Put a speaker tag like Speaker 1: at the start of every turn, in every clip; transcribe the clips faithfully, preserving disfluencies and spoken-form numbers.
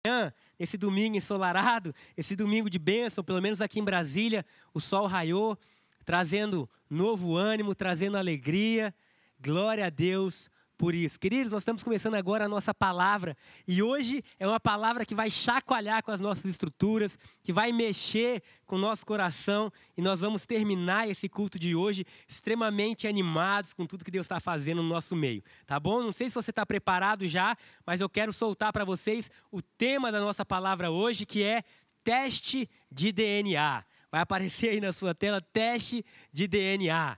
Speaker 1: manhã, esse domingo ensolarado, esse domingo de bênção, pelo menos aqui em Brasília, o sol raiou, trazendo novo ânimo, trazendo alegria. Glória a Deus por isso. Queridos, nós estamos começando agora a nossa palavra, e hoje é uma palavra que vai chacoalhar com as nossas estruturas, que vai mexer com o nosso coração, e nós vamos terminar esse culto de hoje extremamente animados com tudo que Deus está fazendo no nosso meio, tá bom? Não sei se você está preparado já, mas eu quero soltar para vocês o tema da nossa palavra hoje, que é teste de D N A. Vai aparecer aí na sua tela, teste de D N A.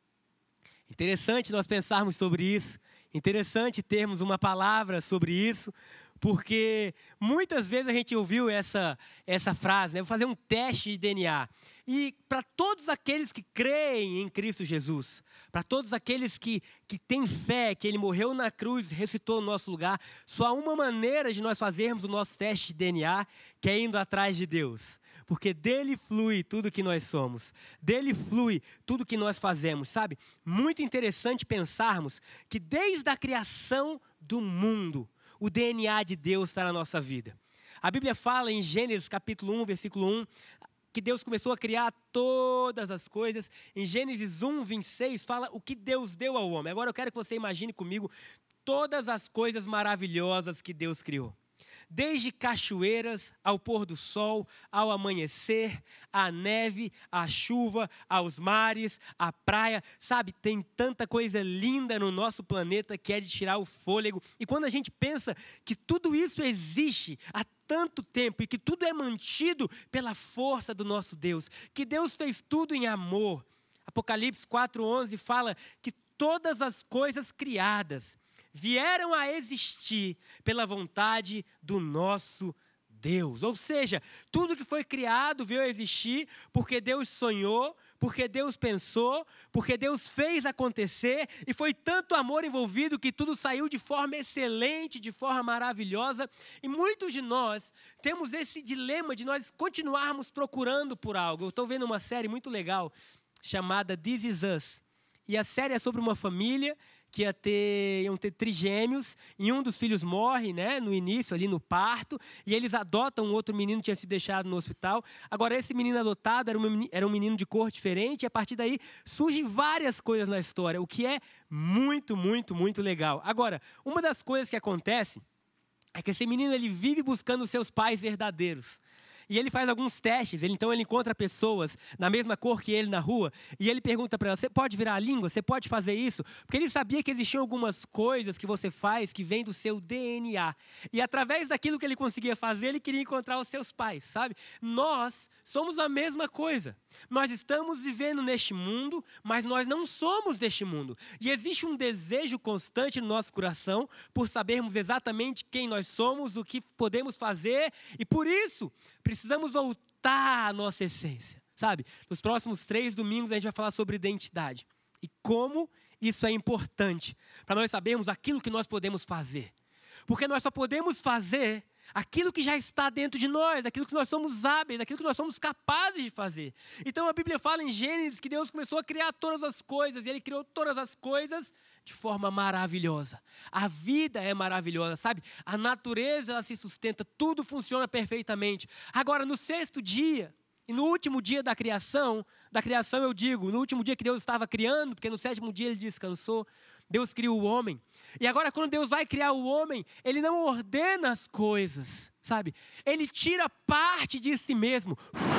Speaker 1: Interessante nós pensarmos sobre isso. Interessante termos uma palavra sobre isso, porque muitas vezes a gente ouviu essa, essa frase, né? Vou fazer um teste de D N A. E para todos aqueles que creem em Cristo Jesus, para todos aqueles que, que têm fé, que Ele morreu na cruz, ressuscitou no nosso lugar, só há uma maneira de nós fazermos o nosso teste de D N A, que é indo atrás de Deus. Porque dele flui tudo que nós somos, dele flui tudo que nós fazemos, sabe? Muito interessante pensarmos que desde a criação do mundo, o D N A de Deus está na nossa vida. A Bíblia fala em Gênesis capítulo um, versículo um, que Deus começou a criar todas as coisas. Em Gênesis um, vinte e seis, fala o que Deus deu ao homem. Agora eu quero que você imagine comigo todas as coisas maravilhosas que Deus criou. Desde cachoeiras, ao pôr do sol, ao amanhecer, à neve, à chuva, aos mares, à praia. Sabe, tem tanta coisa linda no nosso planeta que é de tirar o fôlego. E quando a gente pensa que tudo isso existe há tanto tempo e que tudo é mantido pela força do nosso Deus, que Deus fez tudo em amor. Apocalipse quatro, onze fala que todas as coisas criadas vieram a existir pela vontade do nosso Deus. Ou seja, tudo que foi criado veio a existir porque Deus sonhou, porque Deus pensou, porque Deus fez acontecer, e foi tanto amor envolvido que tudo saiu de forma excelente, de forma maravilhosa. E muitos de nós temos esse dilema de nós continuarmos procurando por algo. Eu estou vendo uma série muito legal chamada This Is Us. E a série é sobre uma família que ia ter, iam ter trigêmeos, e um dos filhos morre, né, no início, ali no parto, e eles adotam um outro menino que tinha sido deixado no hospital. Agora, esse menino adotado era um, era um menino de cor diferente, e a partir daí surgem várias coisas na história, o que é muito, muito, muito legal. Agora, uma das coisas que acontece é que esse menino ele vive buscando os seus pais verdadeiros. E ele faz alguns testes, ele, então ele encontra pessoas na mesma cor que ele na rua, e ele pergunta para elas, você pode virar a língua? Você pode fazer isso? Porque ele sabia que existiam algumas coisas que você faz que vêm do seu D N A. E através daquilo que ele conseguia fazer, ele queria encontrar os seus pais, sabe? Nós somos a mesma coisa. Nós estamos vivendo neste mundo, mas nós não somos deste mundo. E existe um desejo constante no nosso coração por sabermos exatamente quem nós somos, o que podemos fazer, e por isso precisamos voltar à nossa essência, sabe? Nos próximos três domingos a gente vai falar sobre identidade e como isso é importante para nós sabermos aquilo que nós podemos fazer. Porque nós só podemos fazer aquilo que já está dentro de nós, aquilo que nós somos hábeis, aquilo que nós somos capazes de fazer. Então a Bíblia fala em Gênesis que Deus começou a criar todas as coisas, e Ele criou todas as coisas de forma maravilhosa. A vida é maravilhosa, sabe? A natureza ela se sustenta, tudo funciona perfeitamente. Agora, no sexto dia, e no último dia da criação, da criação eu digo, no último dia que Deus estava criando, porque no sétimo dia Ele descansou, Deus criou o homem. E agora quando Deus vai criar o homem, Ele não ordena as coisas, sabe? Ele tira parte de si mesmo.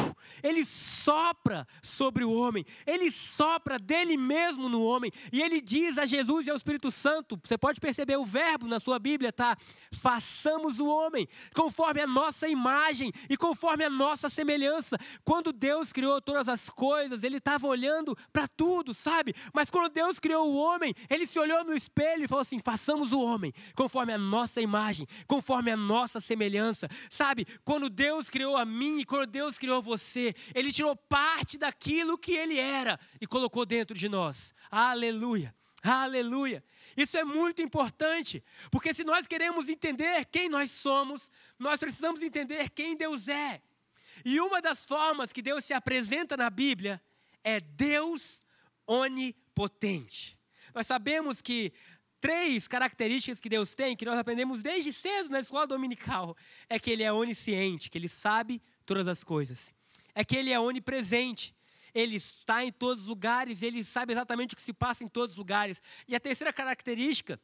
Speaker 1: Ele sopra sobre o homem. Ele sopra dele mesmo no homem. E Ele diz a Jesus e ao Espírito Santo, você pode perceber o verbo na sua Bíblia, tá? Façamos o homem conforme a nossa imagem e conforme a nossa semelhança. Quando Deus criou todas as coisas, Ele estava olhando para tudo, sabe? Mas quando Deus criou o homem, Ele se olhou no espelho e falou assim, façamos o homem conforme a nossa imagem, conforme a nossa semelhança. Sabe? Quando Deus criou a mim e quando Deus criou você, Ele tirou parte daquilo que Ele era e colocou dentro de nós. Aleluia, aleluia. Isso é muito importante, porque se nós queremos entender quem nós somos, nós precisamos entender quem Deus é. E uma das formas que Deus se apresenta na Bíblia é Deus onipotente. Nós sabemos que três características que Deus tem, que nós aprendemos desde cedo na escola dominical, é que Ele é onisciente, que Ele sabe todas as coisas. É que Ele é onipresente. Ele está em todos os lugares, Ele sabe exatamente o que se passa em todos os lugares. E a terceira característica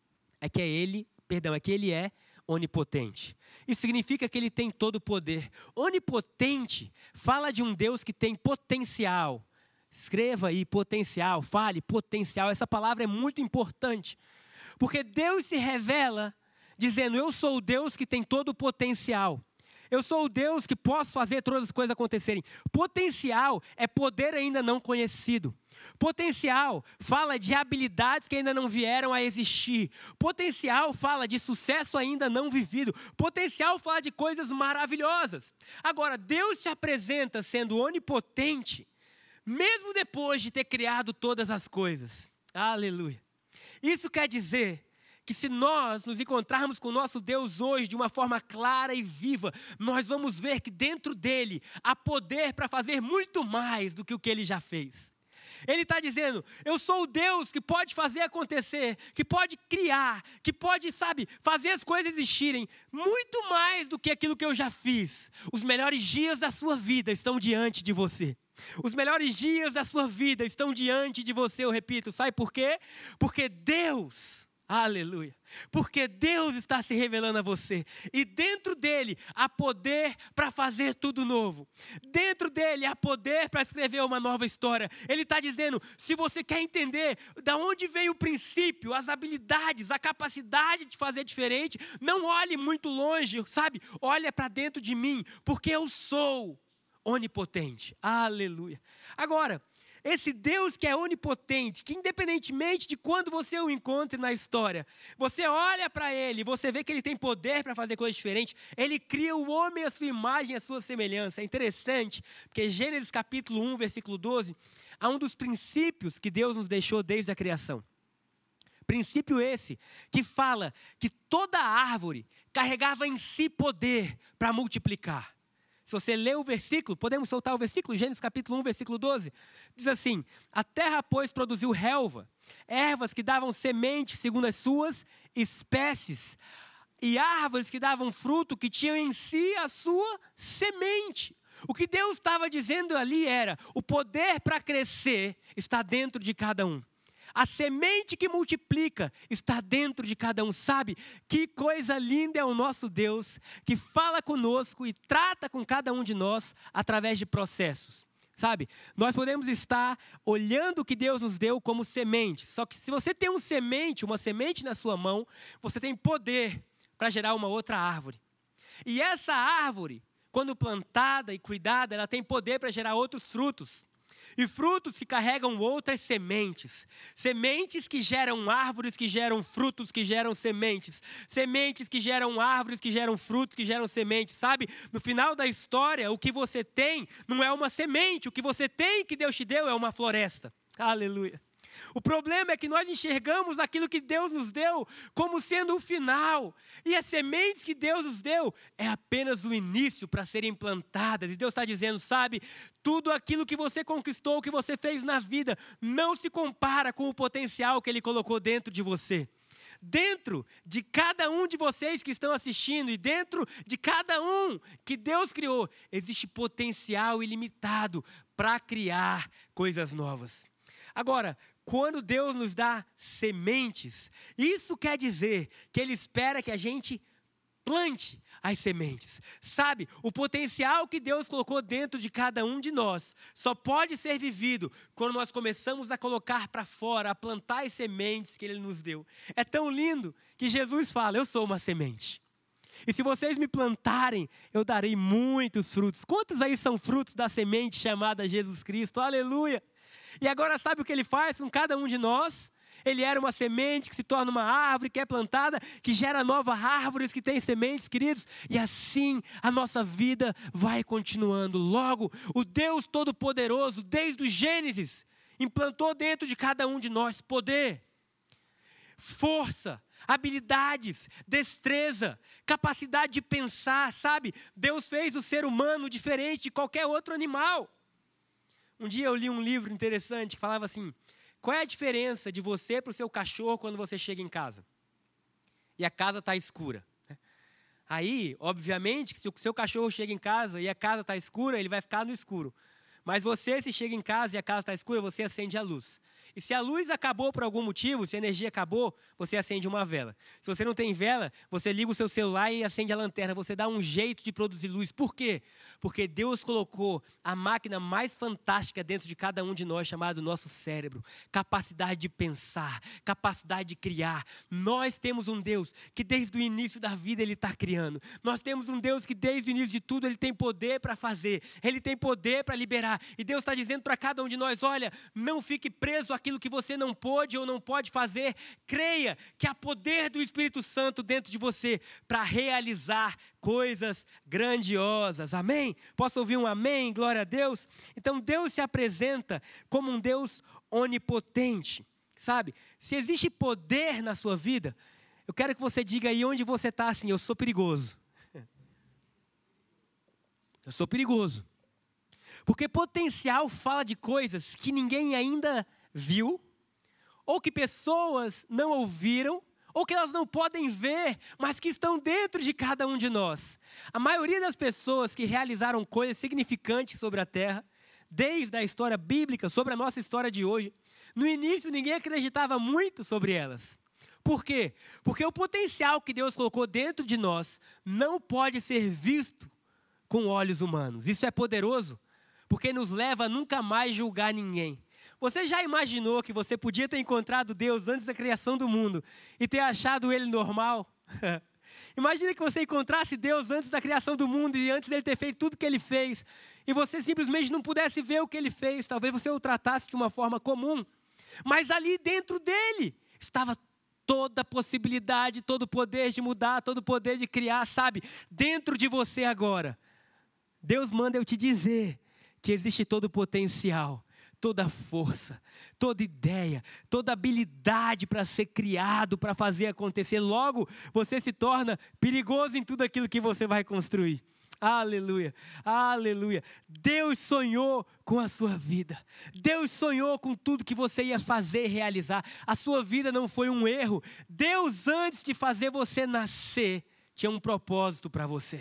Speaker 1: é que é Ele, perdão, é que Ele é onipotente. Isso significa que Ele tem todo o poder. Onipotente fala de um Deus que tem potencial. Escreva aí, potencial, fale, potencial. Essa palavra é muito importante. Porque Deus se revela dizendo, eu sou o Deus que tem todo o potencial. Eu sou o Deus que posso fazer todas as coisas acontecerem. Potencial é poder ainda não conhecido. Potencial fala de habilidades que ainda não vieram a existir. Potencial fala de sucesso ainda não vivido. Potencial fala de coisas maravilhosas. Agora, Deus se apresenta sendo onipotente, mesmo depois de ter criado todas as coisas. Aleluia. Isso quer dizer que se nós nos encontrarmos com o nosso Deus hoje de uma forma clara e viva, nós vamos ver que dentro dele há poder para fazer muito mais do que o que ele já fez. Ele está dizendo, eu sou o Deus que pode fazer acontecer, que pode criar, que pode, sabe, fazer as coisas existirem, muito mais do que aquilo que eu já fiz. Os melhores dias da sua vida estão diante de você. Os melhores dias da sua vida estão diante de você, eu repito. Sabe por quê? Porque Deus, aleluia, porque Deus está se revelando a você. E dentro dele há poder para fazer tudo novo. Dentro dele há poder para escrever uma nova história. Ele está dizendo, se você quer entender de onde veio o princípio, as habilidades, a capacidade de fazer diferente, não olhe muito longe, sabe? Olha para dentro de mim, porque eu sou onipotente. Aleluia. Agora, esse Deus que é onipotente, que independentemente de quando você o encontre na história, você olha para ele, você vê que ele tem poder para fazer coisas diferentes, ele cria o homem à sua imagem e à sua semelhança. É interessante, porque Gênesis capítulo um, versículo doze, há um dos princípios que Deus nos deixou desde a criação. Princípio esse que fala que toda árvore carregava em si poder para multiplicar. Se você ler o versículo, podemos soltar o versículo, Gênesis capítulo um, versículo doze. Diz assim, a terra, pois, produziu relva, ervas que davam semente segundo as suas espécies, e árvores que davam fruto que tinham em si a sua semente. O que Deus estava dizendo ali era, o poder para crescer está dentro de cada um. A semente que multiplica está dentro de cada um. Sabe que coisa linda é o nosso Deus, que fala conosco e trata com cada um de nós através de processos. Sabe, nós podemos estar olhando o que Deus nos deu como semente. Só que se você tem um semente, uma semente na sua mão, você tem poder para gerar uma outra árvore. E essa árvore, quando plantada e cuidada, ela tem poder para gerar outros frutos. E frutos que carregam outras sementes. Sementes que geram árvores, que geram frutos, que geram sementes. Sementes que geram árvores, que geram frutos, que geram sementes. Sabe, no final da história, o que você tem não é uma semente. O que você tem que Deus te deu é uma floresta. Aleluia. O problema é que nós enxergamos aquilo que Deus nos deu como sendo o final. E as sementes que Deus nos deu é apenas o início para serem plantadas. E Deus está dizendo, sabe, tudo aquilo que você conquistou, que você fez na vida, não se compara com o potencial que Ele colocou dentro de você. Dentro de cada um de vocês que estão assistindo e dentro de cada um que Deus criou, existe potencial ilimitado para criar coisas novas. Agora, quando Deus nos dá sementes, isso quer dizer que Ele espera que a gente plante as sementes. Sabe, o potencial que Deus colocou dentro de cada um de nós só pode ser vivido quando nós começamos a colocar para fora, a plantar as sementes que Ele nos deu. É tão lindo que Jesus fala, eu sou uma semente. E se vocês me plantarem, eu darei muitos frutos. Quantos aí são frutos da semente chamada Jesus Cristo? Aleluia! E agora sabe o que Ele faz com cada um de nós? Ele era uma semente que se torna uma árvore, que é plantada, que gera novas árvores, que tem sementes, queridos. E assim a nossa vida vai continuando. Logo, o Deus Todo-Poderoso, desde o Gênesis, implantou dentro de cada um de nós poder, força, habilidades, destreza, capacidade de pensar, sabe? Deus fez o ser humano diferente de qualquer outro animal. Um dia eu li um livro interessante que falava assim, qual é a diferença de você para o seu cachorro quando você chega em casa? E a casa está escura. Aí, obviamente, que se o seu cachorro chega em casa e a casa está escura, ele vai ficar no escuro. Mas você, se chega em casa e a casa está escura, você acende a luz. E se a luz acabou por algum motivo, se a energia acabou, você acende uma vela. Se você não tem vela, você liga o seu celular e acende a lanterna. Você dá um jeito de produzir luz. Por quê? Porque Deus colocou a máquina mais fantástica dentro de cada um de nós, chamado nosso cérebro. Capacidade de pensar, capacidade de criar. Nós temos um Deus que desde o início da vida Ele está criando. Nós temos um Deus que desde o início de tudo Ele tem poder para fazer. Ele tem poder para liberar. E Deus está dizendo para cada um de nós, olha, não fique preso àquilo que você não pôde ou não pode fazer. Creia que há poder do Espírito Santo dentro de você para realizar coisas grandiosas. Amém? Posso ouvir um amém? Glória a Deus. Então Deus se apresenta como um Deus onipotente. Sabe? Se existe poder na sua vida, eu quero que você diga aí onde você está assim, eu sou perigoso. Eu sou perigoso. Porque potencial fala de coisas que ninguém ainda viu, ou que pessoas não ouviram, ou que elas não podem ver, mas que estão dentro de cada um de nós. A maioria das pessoas que realizaram coisas significantes sobre a terra, desde a história bíblica, sobre a nossa história de hoje, no início ninguém acreditava muito sobre elas. Por quê? Porque o potencial que Deus colocou dentro de nós não pode ser visto com olhos humanos. Isso é poderoso, porque nos leva a nunca mais julgar ninguém. Você já imaginou que você podia ter encontrado Deus antes da criação do mundo e ter achado Ele normal? Imagina que você encontrasse Deus antes da criação do mundo e antes dele ter feito tudo o que Ele fez e você simplesmente não pudesse ver o que Ele fez. Talvez você o tratasse de uma forma comum, mas ali dentro dele estava toda a possibilidade, todo o poder de mudar, todo o poder de criar, sabe? Dentro de você agora. Deus manda eu te dizer que existe todo o potencial, toda força, toda ideia, toda habilidade para ser criado, para fazer acontecer. Logo, você se torna perigoso em tudo aquilo que você vai construir. Aleluia, aleluia. Deus sonhou com a sua vida. Deus sonhou com tudo que você ia fazer e realizar. A sua vida não foi um erro. Deus, antes de fazer você nascer, tinha um propósito para você.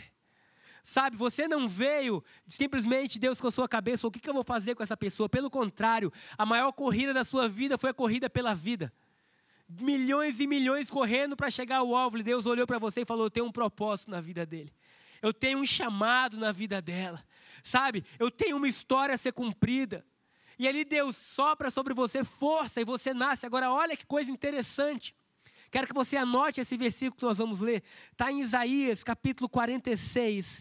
Speaker 1: Sabe, você não veio simplesmente Deus com a sua cabeça, o que, que eu vou fazer com essa pessoa? Pelo contrário, a maior corrida da sua vida foi a corrida pela vida. Milhões e milhões correndo para chegar ao alvo. E Deus olhou para você e falou, eu tenho um propósito na vida dele. Eu tenho um chamado na vida dela. Sabe, eu tenho uma história a ser cumprida. E ali Deus sopra sobre você força e você nasce. Agora olha que coisa interessante. Quero que você anote esse versículo que nós vamos ler. Está em Isaías capítulo quarenta e seis.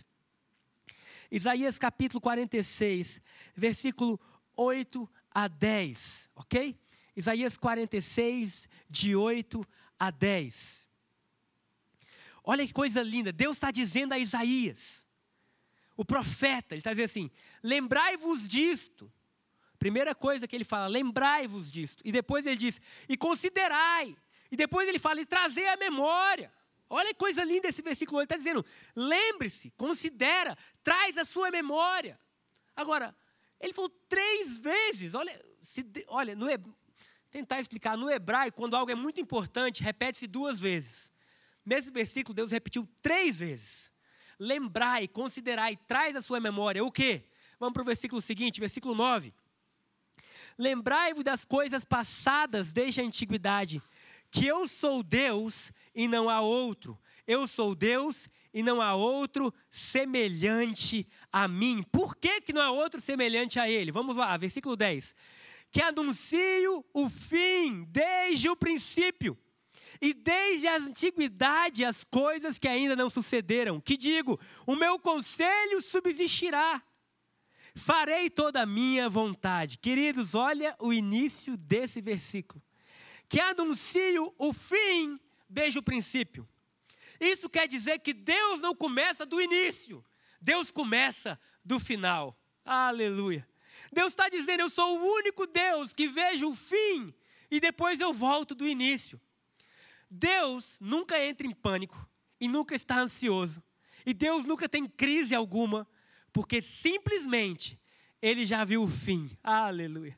Speaker 1: Isaías capítulo quarenta e seis, versículo oito a dez, ok? Isaías quarenta e seis, de oito a dez. Olha que coisa linda, Deus está dizendo a Isaías, o profeta, ele está dizendo assim, lembrai-vos disto. Primeira coisa que ele fala, lembrai-vos disto. E depois ele diz, e considerai. E depois ele fala, e trazei a memória. Olha que coisa linda esse versículo, ele está dizendo, lembre-se, considera, traz a sua memória. Agora, ele falou três vezes, olha, se, olha no, tentar explicar, no hebraico, quando algo é muito importante, repete-se duas vezes. Nesse versículo, Deus repetiu três vezes. Lembrai, considerai, traz a sua memória, o quê? Vamos para o versículo seguinte, versículo nove. Lembrai-vos das coisas passadas desde a antiguidade, que eu sou Deus e não há outro. Eu sou Deus e não há outro semelhante a mim. Por que que não há outro semelhante a ele? Vamos lá, versículo dez. Que anuncio o fim desde o princípio e desde a antiguidade as coisas que ainda não sucederam. Que digo, o meu conselho subsistirá. Farei toda a minha vontade. Queridos, olha o início desse versículo. Que anuncio o fim desde o princípio. Isso quer dizer que Deus não começa do início. Deus começa do final. Aleluia. Deus está dizendo, eu sou o único Deus que vejo o fim e depois eu volto do início. Deus nunca entra em pânico e nunca está ansioso. E Deus nunca tem crise alguma, porque simplesmente Ele já viu o fim. Aleluia.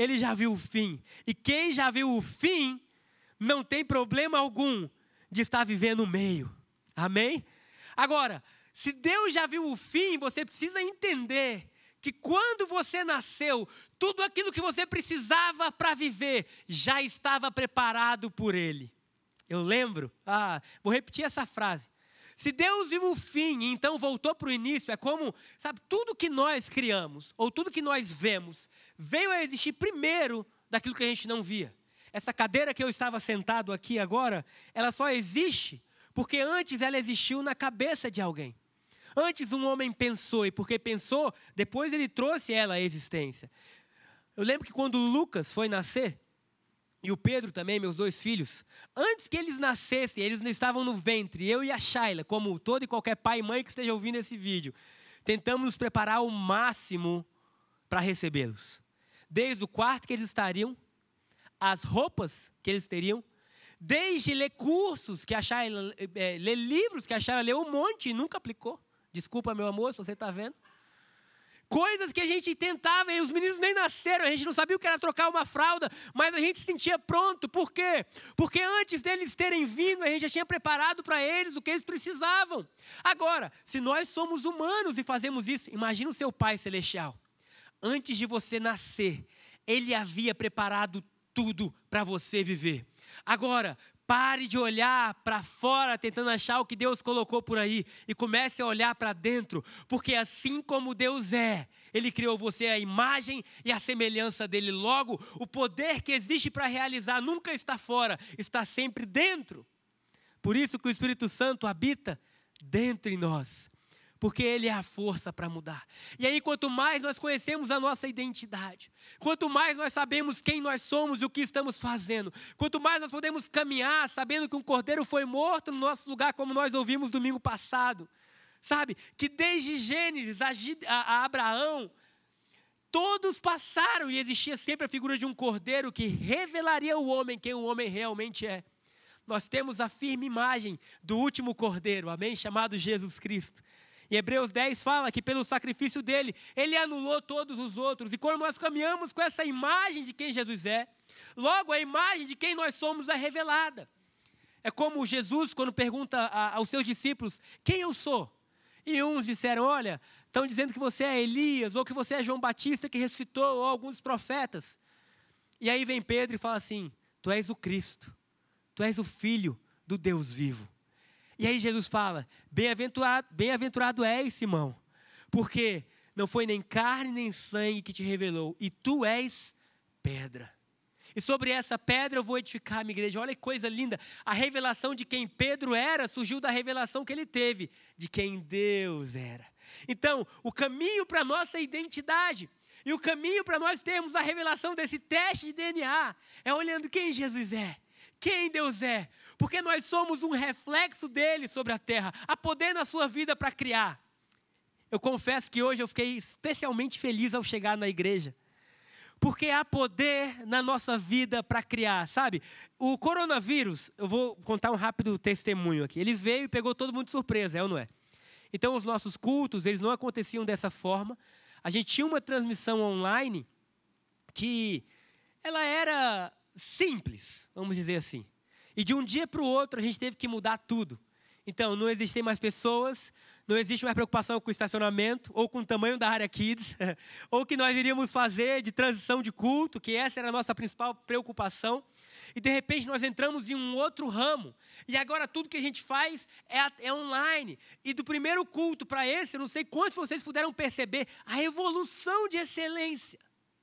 Speaker 1: ele já viu o fim. E quem já viu o fim, não tem problema algum de estar vivendo o meio. Amém? Agora, se Deus já viu o fim, você precisa entender que quando você nasceu, tudo aquilo que você precisava para viver já estava preparado por Ele. Eu lembro, ah, vou repetir essa frase. Se Deus viu o fim e então voltou para o início, é como, sabe, tudo que nós criamos, ou tudo que nós vemos, veio a existir primeiro daquilo que a gente não via. Essa cadeira que eu estava sentado aqui agora, ela só existe porque antes ela existiu na cabeça de alguém. Antes um homem pensou, e porque pensou, depois ele trouxe ela à existência. Eu lembro que quando o Lucas foi nascer, e o Pedro também, meus dois filhos, antes que eles nascessem, eles não estavam no ventre, eu e a Shayla, como todo e qualquer pai e mãe que esteja ouvindo esse vídeo, tentamos nos preparar ao máximo para recebê-los. Desde o quarto que eles estariam, as roupas que eles teriam, desde ler cursos que a Shayla, é, ler livros que a Shayla leu um monte e nunca aplicou. Desculpa, meu amor, se você está vendo. Coisas que a gente tentava, e os meninos nem nasceram, a gente não sabia o que era trocar uma fralda, mas a gente se sentia pronto. Por quê? Porque antes deles terem vindo, a gente já tinha preparado para eles o que eles precisavam. Agora, se nós somos humanos e fazemos isso, imagina o seu Pai Celestial. Antes de você nascer, Ele havia preparado tudo para você viver. Agora, pare de olhar para fora tentando achar o que Deus colocou por aí e comece a olhar para dentro, porque assim como Deus é, Ele criou você à imagem e à semelhança dEle. Logo, o poder que existe para realizar nunca está fora, está sempre dentro. Por isso que o Espírito Santo habita dentro em nós, porque Ele é a força para mudar. E aí, quanto mais nós conhecemos a nossa identidade, quanto mais nós sabemos quem nós somos e o que estamos fazendo, quanto mais nós podemos caminhar sabendo que um cordeiro foi morto no nosso lugar, como nós ouvimos domingo passado, sabe? Que desde Gênesis a, a, a Abraão, todos passaram e existia sempre a figura de um cordeiro que revelaria ao homem quem o homem realmente é. Nós temos a firme imagem do último cordeiro, amém? Chamado Jesus Cristo. Em Hebreus dez fala que pelo sacrifício dele, ele anulou todos os outros. E quando nós caminhamos com essa imagem de quem Jesus é, logo a imagem de quem nós somos é revelada. É como Jesus, quando pergunta a, aos seus discípulos, quem eu sou? E uns disseram, olha, estão dizendo que você é Elias, ou que você é João Batista que ressuscitou, ou alguns profetas. E aí vem Pedro e fala assim, tu és o Cristo, tu és o Filho do Deus vivo. E aí Jesus fala, bem-aventurado, bem-aventurado és, Simão, porque não foi nem carne nem sangue que te revelou, e tu és pedra. E sobre essa pedra eu vou edificar a minha igreja. Olha que coisa linda, a revelação de quem Pedro era surgiu da revelação que ele teve, de quem Deus era. Então, o caminho para a nossa identidade, e o caminho para nós termos a revelação desse teste de D N A, é olhando quem Jesus é, quem Deus é, porque nós somos um reflexo dele sobre a terra. Há poder na sua vida para criar. Eu confesso que hoje eu fiquei especialmente feliz ao chegar na igreja, porque há poder na nossa vida para criar, sabe? O coronavírus, eu vou contar um rápido testemunho aqui. Ele veio e pegou todo mundo de surpresa, é ou não é? Então os nossos cultos, eles não aconteciam dessa forma. A gente tinha uma transmissão online que ela era simples, vamos dizer assim. E de um dia para o outro a gente teve que mudar tudo. Então não existem mais pessoas, não existe mais preocupação com o estacionamento, ou com o tamanho da área Kids, ou o que nós iríamos fazer de transição de culto, que essa era a nossa principal preocupação. E de repente nós entramos em um outro ramo, e agora tudo que a gente faz é, é online. E do primeiro culto para esse, eu não sei quantos vocês puderam perceber a evolução de excelência.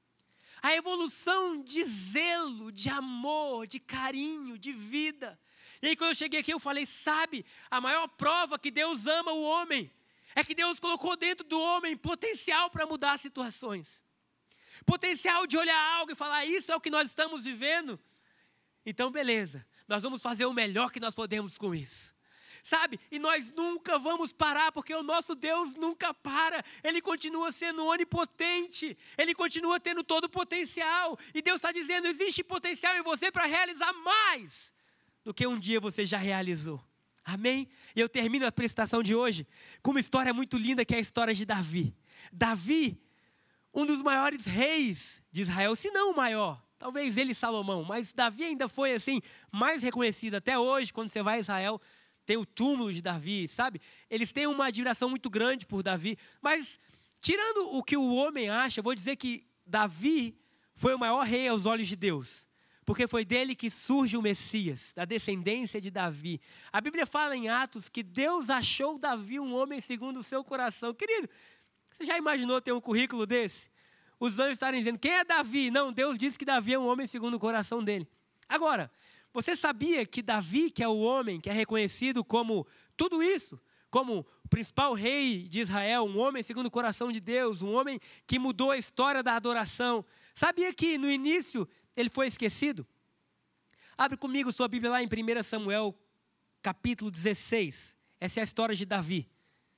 Speaker 1: A evolução de zelo, de amor, de carinho, de vida. E aí quando eu cheguei aqui eu falei, sabe, a maior prova que Deus ama o homem é que Deus colocou dentro do homem potencial para mudar situações. Potencial de olhar algo e falar, isso é o que nós estamos vivendo. Então beleza, nós vamos fazer o melhor que nós podemos com isso. Sabe, e nós nunca vamos parar, porque o nosso Deus nunca para, Ele continua sendo onipotente, Ele continua tendo todo o potencial, e Deus está dizendo, existe potencial em você para realizar mais do que um dia você já realizou, amém? E eu termino a apresentação de hoje com uma história muito linda, que é a história de Davi. Davi, um dos maiores reis de Israel, se não o maior. Talvez ele, Salomão, mas Davi ainda foi assim, mais reconhecido. Até hoje, quando você vai a Israel, tem o túmulo de Davi, sabe? Eles têm uma admiração muito grande por Davi. Mas, tirando o que o homem acha, eu vou dizer que Davi foi o maior rei aos olhos de Deus. Porque foi dele que surge o Messias, da descendência de Davi. A Bíblia fala em Atos que Deus achou Davi um homem segundo o seu coração. Querido, você já imaginou ter um currículo desse? Os anjos estarem dizendo, quem é Davi? Não, Deus disse que Davi é um homem segundo o coração dele. Agora, você sabia que Davi, que é o homem que é reconhecido como tudo isso, como o principal rei de Israel, um homem segundo o coração de Deus, um homem que mudou a história da adoração. Sabia que no início ele foi esquecido? Abre comigo sua Bíblia lá em primeiro Samuel, capítulo dezesseis. Essa é a história de Davi.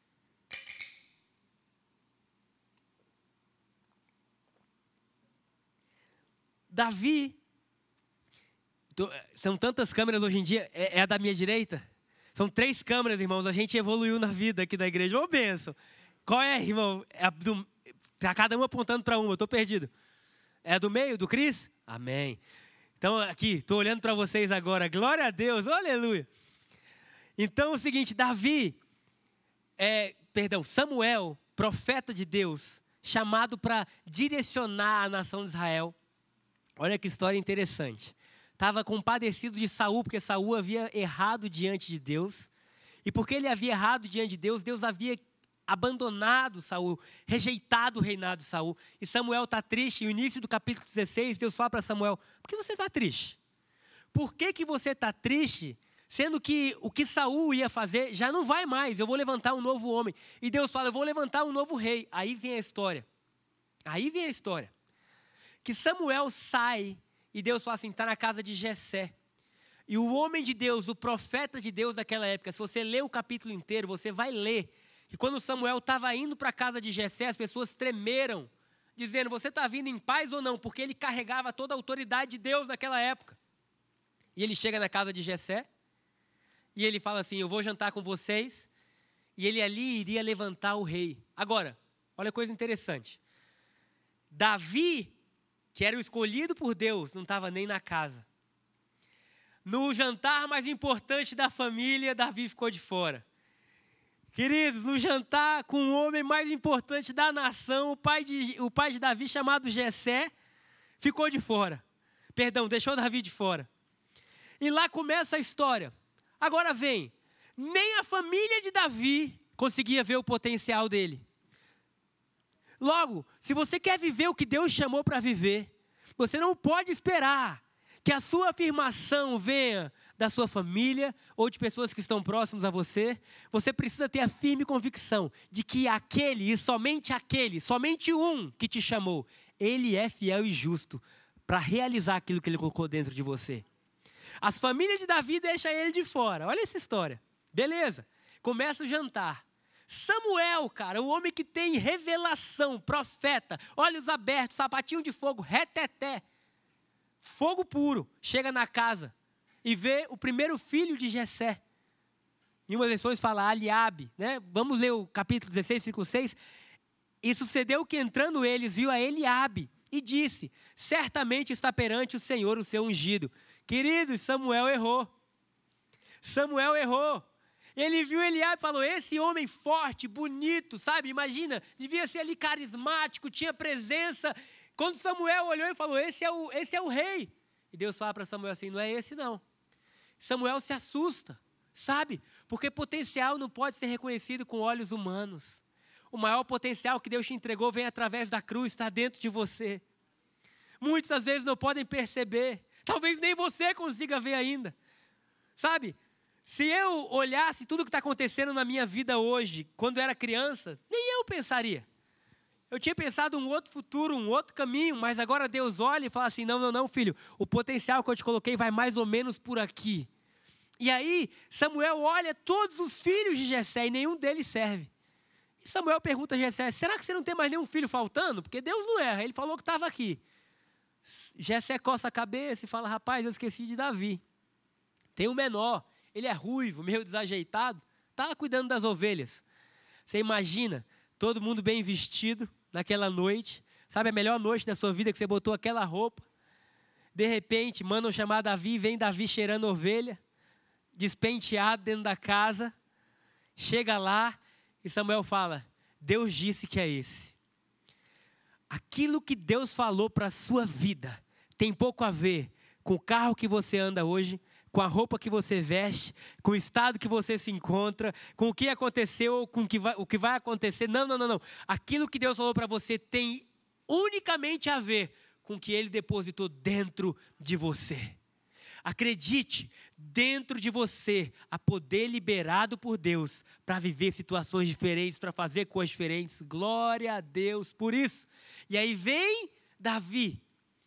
Speaker 1: Davi, tô, são tantas câmeras hoje em dia, é, é a da minha direita? São três câmeras, irmãos, a gente evoluiu na vida aqui da igreja. Ô, bênção! Qual é, irmão? É a do, tá cada um apontando para uma, eu estou perdido. É a do meio, do Cris? Amém. Então, aqui, estou olhando para vocês agora, glória a Deus, oh, aleluia. Então, é o seguinte, Davi, é, perdão, Samuel, profeta de Deus, chamado para direcionar a nação de Israel. Olha que história interessante. Estava compadecido de Saul, porque Saul havia errado diante de Deus. E porque ele havia errado diante de Deus, Deus havia abandonado Saul, rejeitado o reinado de Saul. E Samuel está triste. E no início do capítulo dezesseis, Deus fala para Samuel, por que você está triste? Por que, que você está triste, sendo que o que Saul ia fazer já não vai mais? Eu vou levantar um novo homem. E Deus fala, eu vou levantar um novo rei. Aí vem a história. Aí vem a história. Que Samuel sai e Deus fala assim, está na casa de Jessé. E o homem de Deus, o profeta de Deus daquela época, se você ler o capítulo inteiro, você vai ler que quando Samuel estava indo para a casa de Jessé, as pessoas tremeram, dizendo, você está vindo em paz ou não? Porque ele carregava toda a autoridade de Deus naquela época. E ele chega na casa de Jessé, e ele fala assim, eu vou jantar com vocês, e ele ali iria levantar o rei. Agora, olha a coisa interessante. Davi, que era o escolhido por Deus, não estava nem na casa. No jantar mais importante da família, Davi ficou de fora. Queridos, no jantar com o homem mais importante da nação, o pai de, o pai de Davi, chamado Jessé, ficou de fora. Perdão, deixou Davi de fora. E lá começa a história. Agora vem, nem a família de Davi conseguia ver o potencial dele. Logo, se você quer viver o que Deus chamou para viver, você não pode esperar que a sua afirmação venha da sua família ou de pessoas que estão próximas a você. Você precisa ter a firme convicção de que aquele e somente aquele, somente um que te chamou, ele é fiel e justo para realizar aquilo que ele colocou dentro de você. As famílias de Davi deixam ele de fora. Olha essa história. Beleza, começa o jantar. Samuel, cara, o homem que tem revelação, profeta, olhos abertos, sapatinho de fogo, reteté, fogo puro, chega na casa e vê o primeiro filho de Jessé. Em umas versões fala Eliabe, né? Vamos ler o capítulo dezesseis, versículo seis. E sucedeu que entrando eles, viu a Eliabe e disse, certamente está perante o Senhor o seu ungido. Queridos, Samuel errou. Samuel errou. Ele viu Eliabe e falou, esse homem forte, bonito, sabe? Imagina, devia ser ali carismático, tinha presença. Quando Samuel olhou e falou, esse é o, esse é o rei. E Deus fala para Samuel assim, não é esse não. Samuel se assusta, sabe? Porque potencial não pode ser reconhecido com olhos humanos. O maior potencial que Deus te entregou vem através da cruz, está dentro de você. Muitas às vezes não podem perceber. Talvez nem você consiga ver ainda. Sabe? Se eu olhasse tudo o que está acontecendo na minha vida hoje, quando eu era criança, nem eu pensaria. Eu tinha pensado um outro futuro, um outro caminho, mas agora Deus olha e fala assim, não, não, não, filho, o potencial que eu te coloquei vai mais ou menos por aqui. E aí, Samuel olha todos os filhos de Jessé e nenhum deles serve. E Samuel pergunta a Jessé, será que você não tem mais nenhum filho faltando? Porque Deus não erra, ele falou que estava aqui. Jessé coça a cabeça e fala, rapaz, eu esqueci de Davi. Tem o menor, ele é ruivo, meio desajeitado, está cuidando das ovelhas. Você imagina, todo mundo bem vestido naquela noite, Sabe a melhor noite da sua vida que você botou aquela roupa? De repente, mandam chamar Davi, vem Davi cheirando ovelha, despenteado dentro da casa. Chega lá e Samuel fala, Deus disse que é esse. Aquilo que Deus falou para a sua vida tem pouco a ver com o carro que você anda hoje, com a roupa que você veste, com o estado que você se encontra, com o que aconteceu, com o que vai, o que vai acontecer. Não, não, não, não. Aquilo que Deus falou para você tem unicamente a ver com o que Ele depositou dentro de você. Acredite, dentro de você há poder liberado por Deus para viver situações diferentes, para fazer coisas diferentes. Glória a Deus por isso. E aí vem Davi.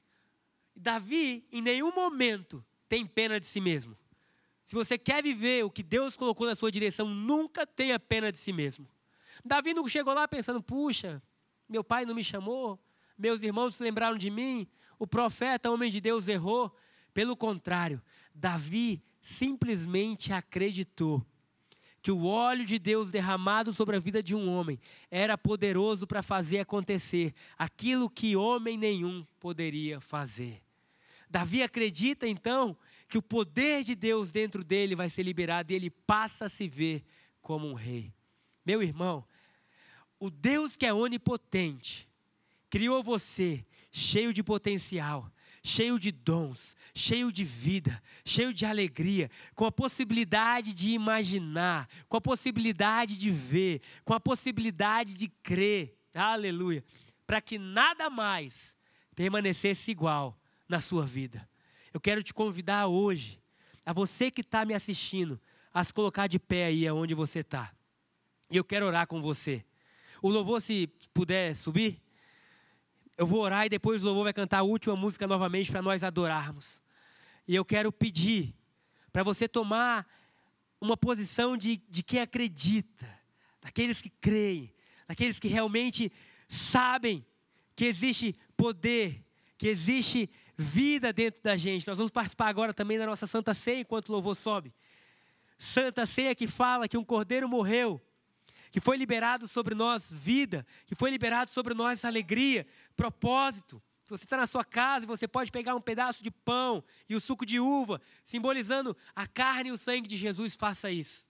Speaker 1: Davi, em nenhum momento, tem pena de si mesmo. Se você quer viver o que Deus colocou na sua direção, nunca tenha pena de si mesmo. Davi não chegou lá pensando, puxa, meu pai não me chamou, meus irmãos se lembraram de mim, o profeta, homem de Deus, errou. Pelo contrário, Davi simplesmente acreditou que o óleo de Deus derramado sobre a vida de um homem era poderoso para fazer acontecer aquilo que homem nenhum poderia fazer. Davi acredita então que o poder de Deus dentro dele vai ser liberado e ele passa a se ver como um rei. Meu irmão, o Deus que é onipotente criou você cheio de potencial, cheio de dons, cheio de vida, cheio de alegria, com a possibilidade de imaginar, com a possibilidade de ver, com a possibilidade de crer, aleluia, para que nada mais permanecesse igual na sua vida. Eu quero te convidar hoje, a você que está me assistindo, a se colocar de pé aí onde você está. E eu quero orar com você. O louvor, se puder subir, eu vou orar e depois o louvor vai cantar a última música novamente para nós adorarmos. E eu quero pedir para você tomar uma posição de, de quem acredita, daqueles que creem, daqueles que realmente sabem que existe poder, que existe vida dentro da gente. Nós vamos participar agora também da nossa Santa Ceia enquanto o louvor sobe. Santa Ceia que fala que um cordeiro morreu, que foi liberado sobre nós vida, que foi liberado sobre nós alegria, propósito. Se você está na sua casa, você pode pegar um pedaço de pão e o suco de uva, simbolizando a carne e o sangue de Jesus, faça isso.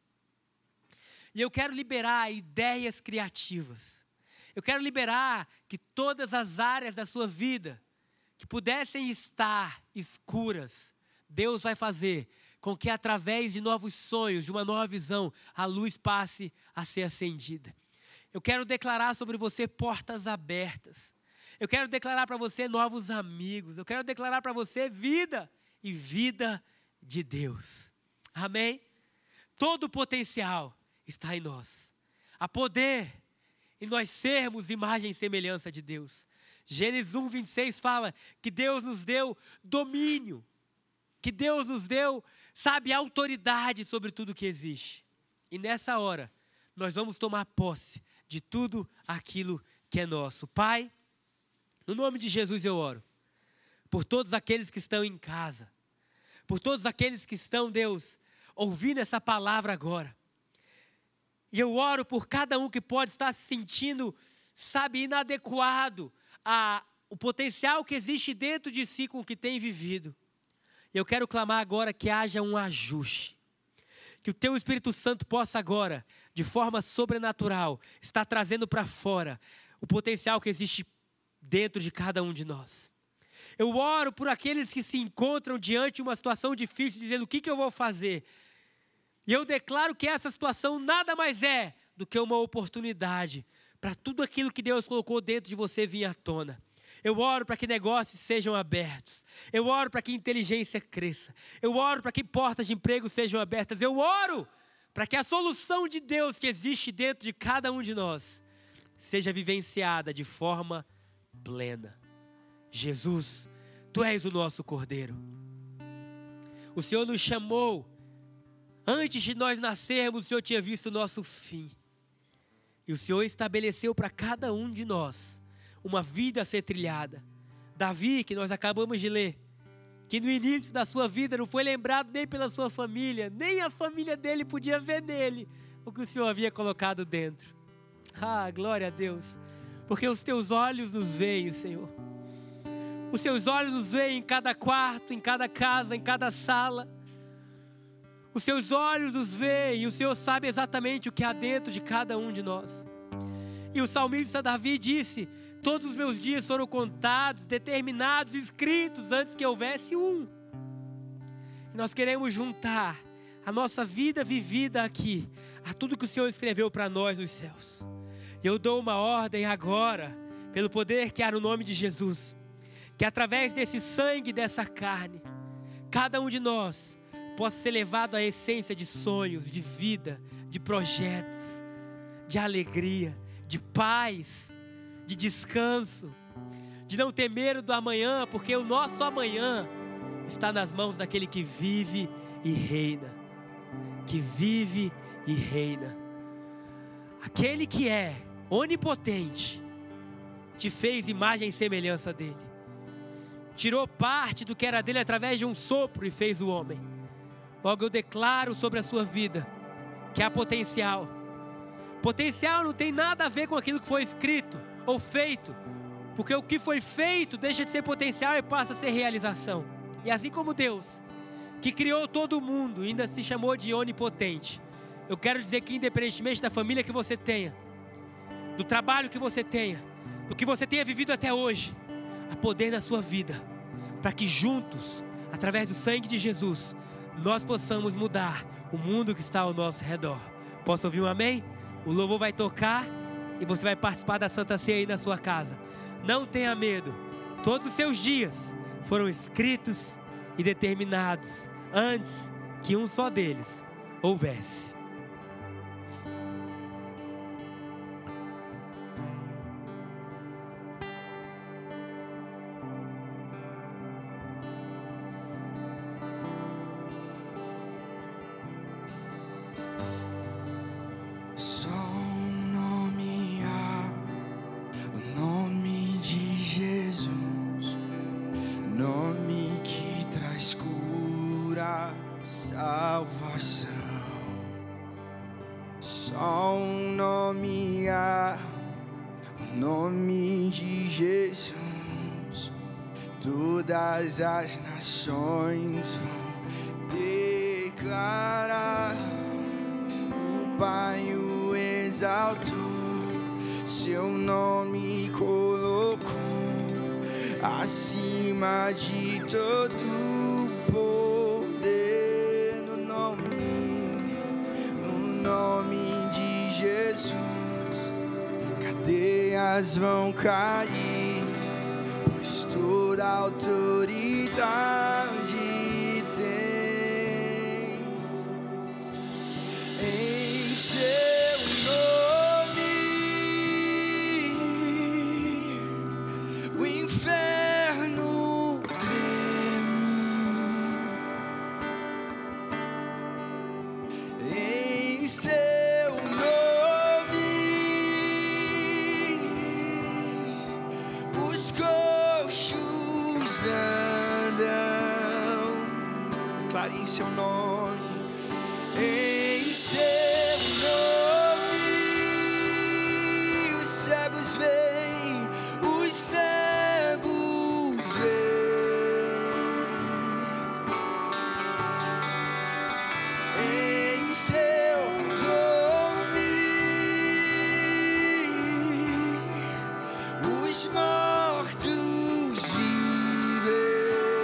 Speaker 1: E eu quero liberar ideias criativas. Eu quero liberar que todas as áreas da sua vida que pudessem estar escuras, Deus vai fazer com que através de novos sonhos, de uma nova visão, a luz passe a ser acendida. Eu quero declarar sobre você portas abertas. Eu quero declarar para você novos amigos. Eu quero declarar para você vida e vida de Deus. Amém? Todo o potencial está em nós. Há poder em nós sermos imagem e semelhança de Deus. Gênesis um, vinte e seis fala que Deus nos deu domínio, que Deus nos deu, sabe, autoridade sobre tudo que existe. E nessa hora, nós vamos tomar posse de tudo aquilo que é nosso. Pai, no nome de Jesus eu oro, por todos aqueles que estão em casa, por todos aqueles que estão, Deus, ouvindo essa palavra agora. E eu oro por cada um que pode estar se sentindo, sabe, inadequado a o potencial que existe dentro de si com o que tem vivido. Eu quero clamar agora que haja um ajuste. Que o Teu Espírito Santo possa agora, de forma sobrenatural, estar trazendo para fora o potencial que existe dentro de cada um de nós. Eu oro por aqueles que se encontram diante de uma situação difícil, dizendo o que, que eu vou fazer. E eu declaro que essa situação nada mais é do que uma oportunidade para tudo aquilo que Deus colocou dentro de você vir à tona. Eu oro para que negócios sejam abertos. Eu oro para que inteligência cresça. Eu oro para que portas de emprego sejam abertas. Eu oro para que a solução de Deus que existe dentro de cada um de nós seja vivenciada de forma plena. Jesus, Tu és o nosso Cordeiro. O Senhor nos chamou. Antes de nós nascermos, o Senhor tinha visto o nosso fim. E o Senhor estabeleceu para cada um de nós uma vida a ser trilhada. Davi, que nós acabamos de ler, que no início da sua vida não foi lembrado nem pela sua família, nem a família dele podia ver nele o que o Senhor havia colocado dentro. Ah, glória a Deus. porque os teus olhos nos veem, Senhor. Os teus olhos nos veem em cada quarto, em cada casa, em cada sala. Os seus olhos nos veem e o Senhor sabe exatamente o que há dentro de cada um de nós. E o salmista Davi disse: todos os meus dias foram contados, determinados, escritos antes que houvesse um. E nós queremos juntar a nossa vida vivida aqui a tudo que o Senhor escreveu para nós nos céus. E eu dou uma ordem agora, pelo poder que há no nome de Jesus, que através desse sangue, dessa carne, cada um de nós possa ser levado à essência de sonhos, de vida, de projetos, de alegria, de paz, de descanso, de não ter medo do amanhã, porque o nosso amanhã está nas mãos daquele que vive e reina, que vive e reina. Aquele que é onipotente, te fez imagem e semelhança dele, tirou parte do que era dele através de um sopro e fez o homem. Logo eu declaro sobre a sua vida que há potencial. Potencial não tem nada a ver com aquilo que foi escrito ou feito, porque o que foi feito deixa de ser potencial e passa a ser realização. E assim como Deus, que criou todo mundo, ainda se chamou de onipotente, eu quero dizer que independentemente da família que você tenha, do trabalho que você tenha, do que você tenha vivido até hoje, há poder na sua vida, para que juntos, através do sangue de Jesus, nós possamos mudar o mundo que está ao nosso redor. Posso ouvir um amém? O louvor vai tocar e você vai participar da Santa Ceia aí na sua casa. Não tenha medo, todos os seus dias foram escritos e determinados antes que um só deles houvesse.
Speaker 2: Só um nome há, o nome de Jesus. Todas as nações vão declarar: o Pai o exaltou, seu nome colocou acima de todo poder. No nome, no nome de Jesus, cadeias vão cair, pois toda autoridade tem em seu nome. O inferno treme em seu nome. Os coxos andam, declare em seu nome, em seu nome. Os cegos veem, os cegos veem, em seu nome. Os mortos vivem.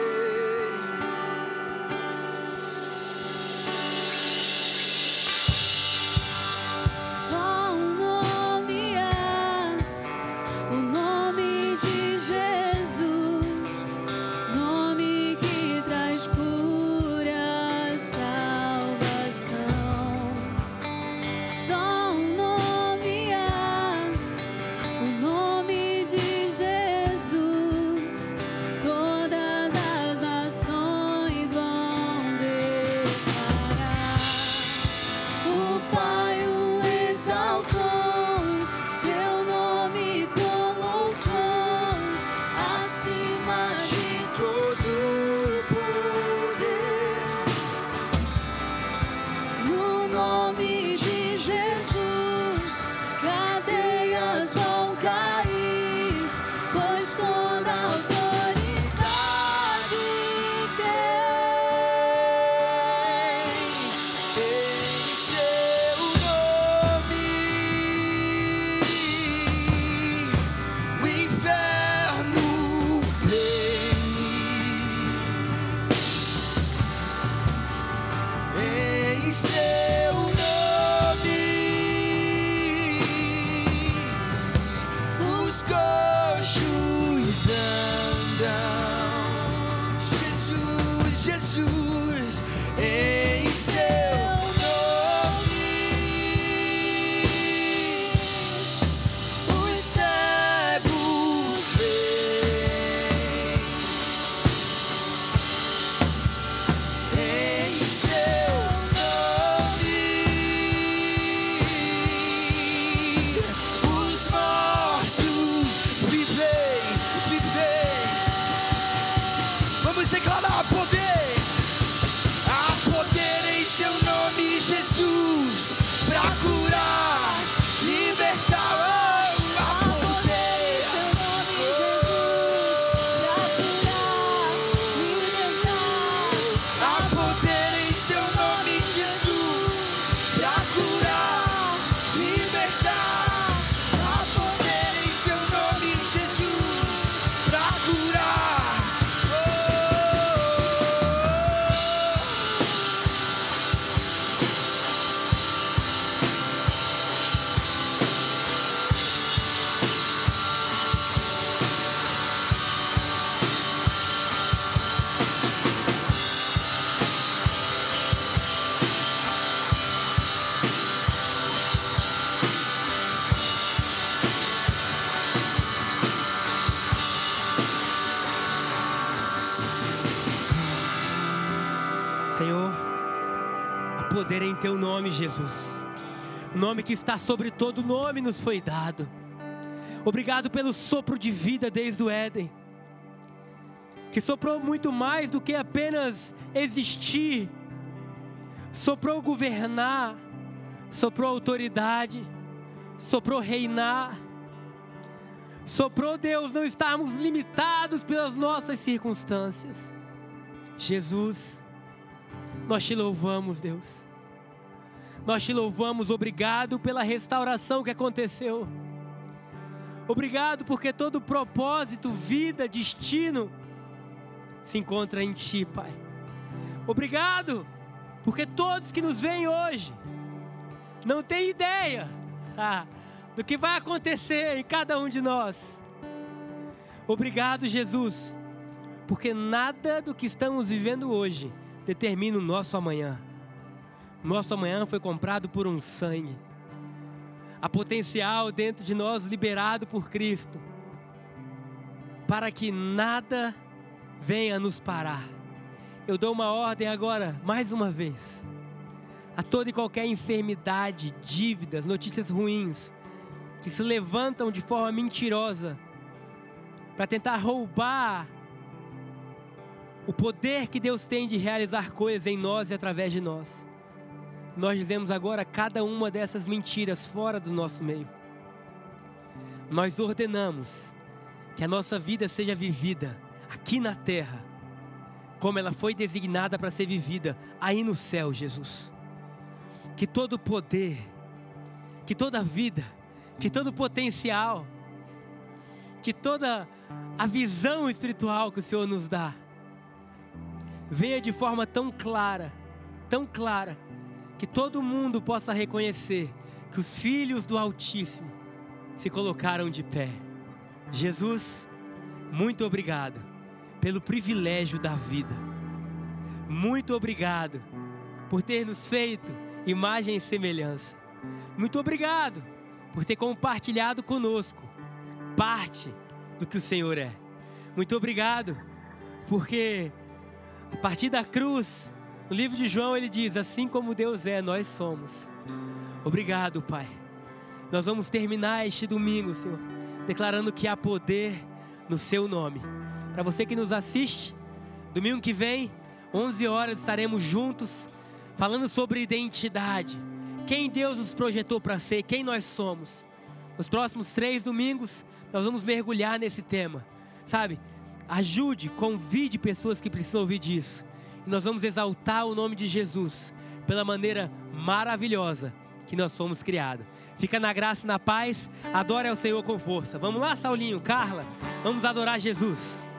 Speaker 3: Só um nome há, o nome de Jesus, nome que traz cura, salvação. Só um nome há, o nome de Jesus.
Speaker 1: poder em teu nome, Jesus. O nome que está sobre todo nome nos foi dado. Obrigado pelo sopro de vida desde o Éden, que soprou muito mais do que apenas existir. Soprou governar, soprou autoridade, soprou reinar. Soprou, Deus, não estarmos limitados pelas nossas circunstâncias. Jesus, nós te louvamos, Deus. Nós te louvamos, obrigado pela restauração que aconteceu. Obrigado porque todo propósito, vida, destino se encontra em Ti, Pai. Obrigado porque todos que nos veem hoje não têm ideia ah, do que vai acontecer em cada um de nós. Obrigado, Jesus, porque nada do que estamos vivendo hoje determina o nosso amanhã. Nosso amanhã foi comprado por um sangue. Há potencial dentro de nós liberado por Cristo, para que nada venha nos parar. Eu dou uma ordem agora, mais uma vez, a toda e qualquer enfermidade, dívidas, notícias ruins, que se levantam de forma mentirosa, para tentar roubar o poder que Deus tem de realizar coisas em nós e através de nós. Nós dizemos agora cada uma dessas mentiras fora do nosso meio. Nós ordenamos que a nossa vida seja vivida aqui na terra, como ela foi designada para ser vivida aí no céu, Jesus. Que todo poder, que toda vida, que todo potencial, que toda a visão espiritual que o Senhor nos dá, venha de forma tão clara, tão clara, que todo mundo possa reconhecer que os filhos do Altíssimo se colocaram de pé. Jesus, muito obrigado pelo privilégio da vida. Muito obrigado por ter nos feito imagem e semelhança. Muito obrigado por ter compartilhado conosco parte do que o Senhor é. Muito obrigado porque a partir da cruz, no livro de João ele diz, assim como Deus é, nós somos. Obrigado, Pai. Nós vamos terminar este domingo, Senhor, declarando que há poder no Seu nome. Para você que nos assiste, domingo que vem, onze horas, estaremos juntos, falando sobre identidade. Quem Deus nos projetou para ser, quem nós somos. Nos próximos três domingos, nós vamos mergulhar nesse tema. Sabe, ajude, convide pessoas que precisam ouvir disso. E nós vamos exaltar o nome de Jesus pela maneira maravilhosa que nós fomos criados. Fica na graça e na paz. Adore ao Senhor com força. Vamos lá, Saulinho, Carla. Vamos adorar Jesus.